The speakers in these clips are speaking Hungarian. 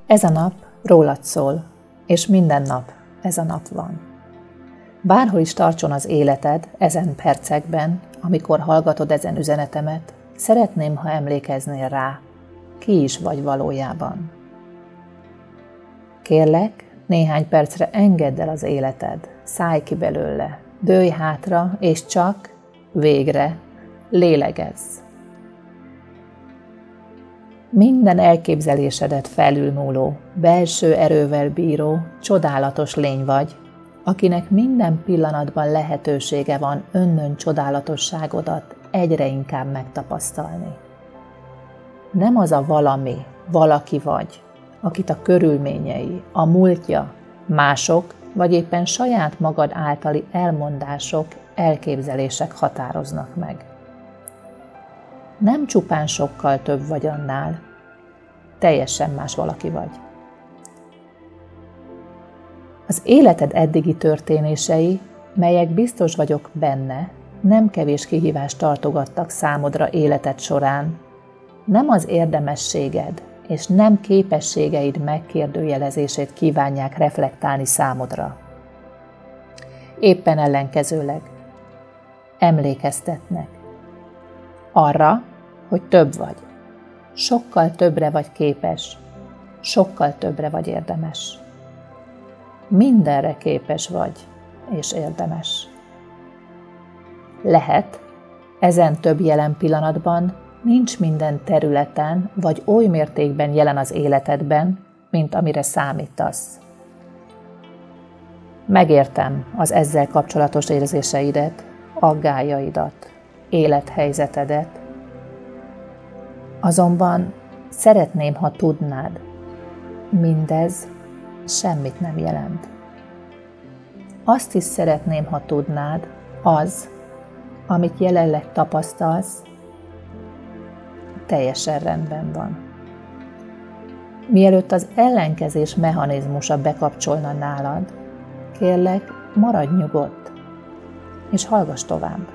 Ez a nap rólad szól, és minden nap ez a nap van. Bárhol is tartson az életed ezen percekben, amikor hallgatod ezen üzenetemet, szeretném, ha emlékeznél rá, ki is vagy valójában. Kérlek, néhány percre engedd el az életed, szállj ki belőle, dőlj hátra, és csak, végre, lélegezz. Minden elképzelésedet felülmúló, belső erővel bíró, csodálatos lény vagy, akinek minden pillanatban lehetősége van önnön csodálatosságodat egyre inkább megtapasztalni. Nem az a valaki vagy, akit a körülményei, a múltja, mások, vagy éppen saját magad általi elmondások, elképzelések határoznak meg. Nem csupán sokkal több vagy annál, teljesen más valaki vagy. Az életed eddigi történései, melyek biztos vagyok benne, nem kevés kihívást tartogattak számodra életed során, nem az érdemességed és nem képességeid megkérdőjelezését kívánják reflektálni számodra. Éppen ellenkezőleg emlékeztetnek arra, hogy több vagy, sokkal többre vagy képes, sokkal többre vagy érdemes. Mindenre képes vagy és érdemes. Lehet, ezen több jelen pillanatban nincs minden területen vagy oly mértékben jelen az életedben, mint amire számítasz. Megértem az ezzel kapcsolatos érzéseidet, aggályaidat, élethelyzetedet, azonban szeretném, ha tudnád, mindez semmit nem jelent. Azt is szeretném, ha tudnád, az, amit jelenleg tapasztalsz, teljesen rendben van. Mielőtt az ellenkezés mechanizmusa bekapcsolna nálad, kérlek, maradj nyugodt, és hallgass tovább.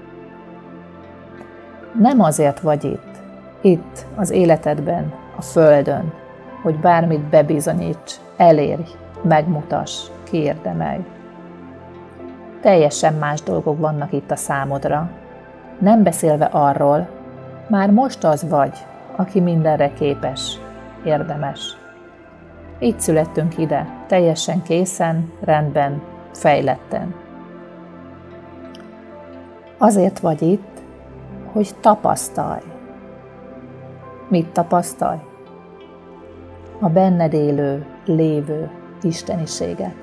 Nem azért vagy itt az életedben, a Földön, hogy bármit bebizonyíts, elérj, megmutass, kiérdemelj. Teljesen más dolgok vannak itt a számodra, nem beszélve arról, már most az vagy, aki mindenre képes, érdemes. Így születtünk ide, teljesen készen, rendben, fejletten. Azért vagy itt, hogy tapasztalj. Mit tapasztalj? A benned élő, lévő isteniséget.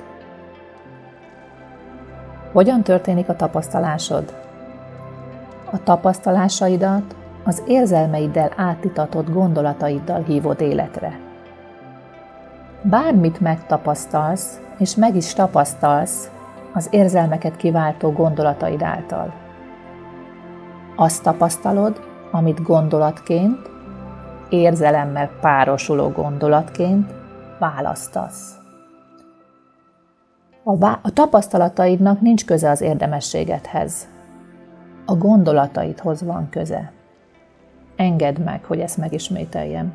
Hogyan történik a tapasztalásod? A tapasztalásaidat az érzelmeiddel átitatott gondolataiddal hívod életre. Bármit megtapasztalsz, és meg is tapasztalsz az érzelmeket kiváltó gondolataid által. Azt tapasztalod, amit gondolatként, érzelemmel párosuló gondolatként választasz. A tapasztalataidnak nincs köze az érdemességedhez. A gondolataidhoz van köze. Engedd meg, hogy ezt megismételjem.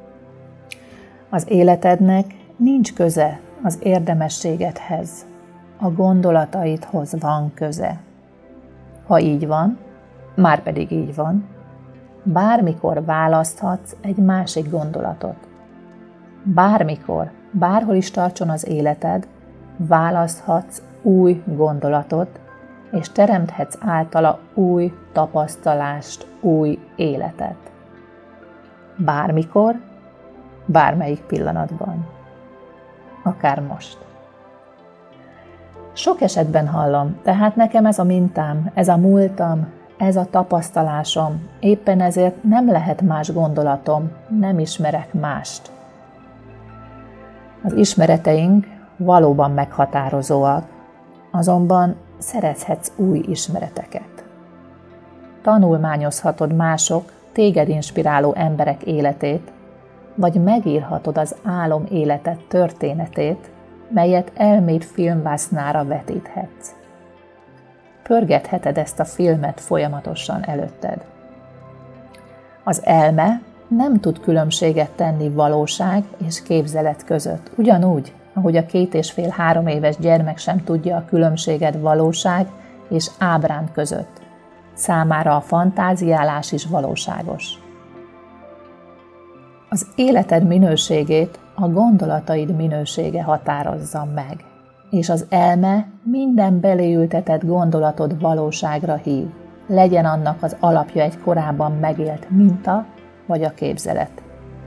Az életednek nincs köze az érdemességedhez. A gondolataidhoz van köze. Ha így van, márpedig így van, bármikor választhatsz egy másik gondolatot. Bármikor, bárhol is tartson az életed, választhatsz új gondolatot, és teremthetsz általa új tapasztalást, új életet. Bármikor, bármelyik pillanatban. Akár most. Sok esetben hallom, tehát nekem ez a mintám, ez a múltam, ez a tapasztalásom, éppen ezért nem lehet más gondolatom, nem ismerek mást. Az ismereteink valóban meghatározóak, azonban szerezhetsz új ismereteket. Tanulmányozhatod mások, téged inspiráló emberek életét, vagy megírhatod az álom életed történetét, melyet elméd filmvásznára vetíthetsz. Pörgetheted ezt a filmet folyamatosan előtted. Az elme nem tud különbséget tenni valóság és képzelet között. Ugyanúgy, ahogy a 2,5-3 éves gyermek sem tudja a különbséget valóság és ábrán között. Számára a fantáziálás is valóságos. Az életed minőségét a gondolataid minősége határozza meg, és az elme minden beléültetett gondolatod valóságra hív, legyen annak az alapja egy korábban megélt minta vagy a képzelet.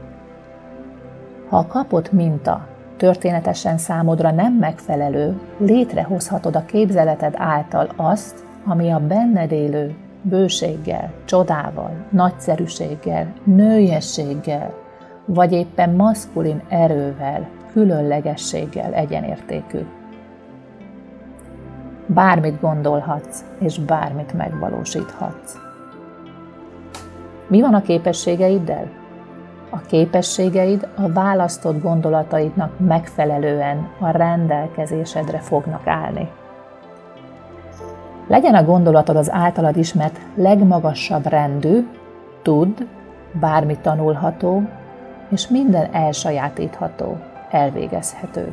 Ha a kapott minta történetesen számodra nem megfelelő, létrehozhatod a képzeleted által azt, ami a benned élő bőséggel, csodával, nagyszerűséggel, nőiességgel, vagy éppen maszkulin erővel, különlegességgel egyenértékű. Bármit gondolhatsz, és bármit megvalósíthatsz. Mi van a képességeiddel? A képességeid a választott gondolataidnak megfelelően a rendelkezésedre fognak állni. Legyen a gondolatod az általad ismert legmagasabb rendű, tudd, bármi tanulható, és minden elsajátítható, elvégezhető.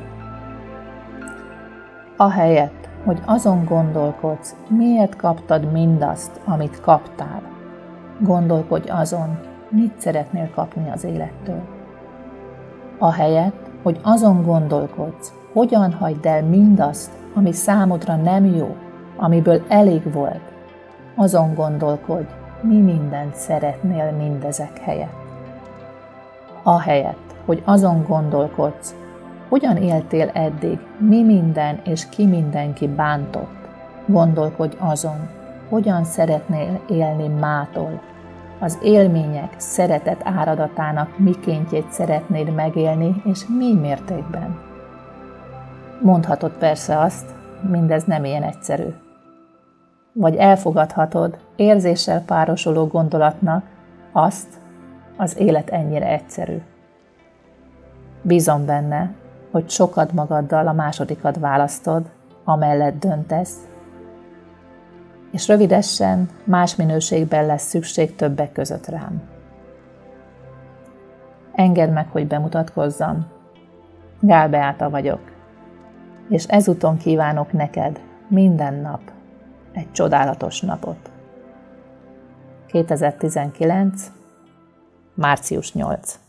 Ahelyett, hogy azon gondolkodsz, miért kaptad mindazt, amit kaptál, gondolkodj azon, mit szeretnél kapni az élettől. Ahelyett, hogy azon gondolkodsz, hogyan hagyd el mindazt, ami számodra nem jó, amiből elég volt, azon gondolkodj, mi mindent szeretnél mindezek helyett. Ahelyett, hogy azon gondolkodsz, hogyan éltél eddig, mi minden és ki mindenki bántott, gondolkodj azon, hogyan szeretnél élni mától, az élmények szeretet áradatának mikéntjét szeretnéd megélni, és mi mértékben. Mondhatod persze azt, mindez nem ilyen egyszerű. Vagy elfogadhatod érzéssel párosuló gondolatnak azt, az élet ennyire egyszerű. Bízom benne, hogy sokad magaddal a másodikat választod, amellett döntesz, és rövidesen más minőségben lesz szükség többek között rám. Engedd meg, hogy bemutatkozzam. Gál Beáta vagyok, és ezúton kívánok neked minden nap egy csodálatos napot. 2019. március 8.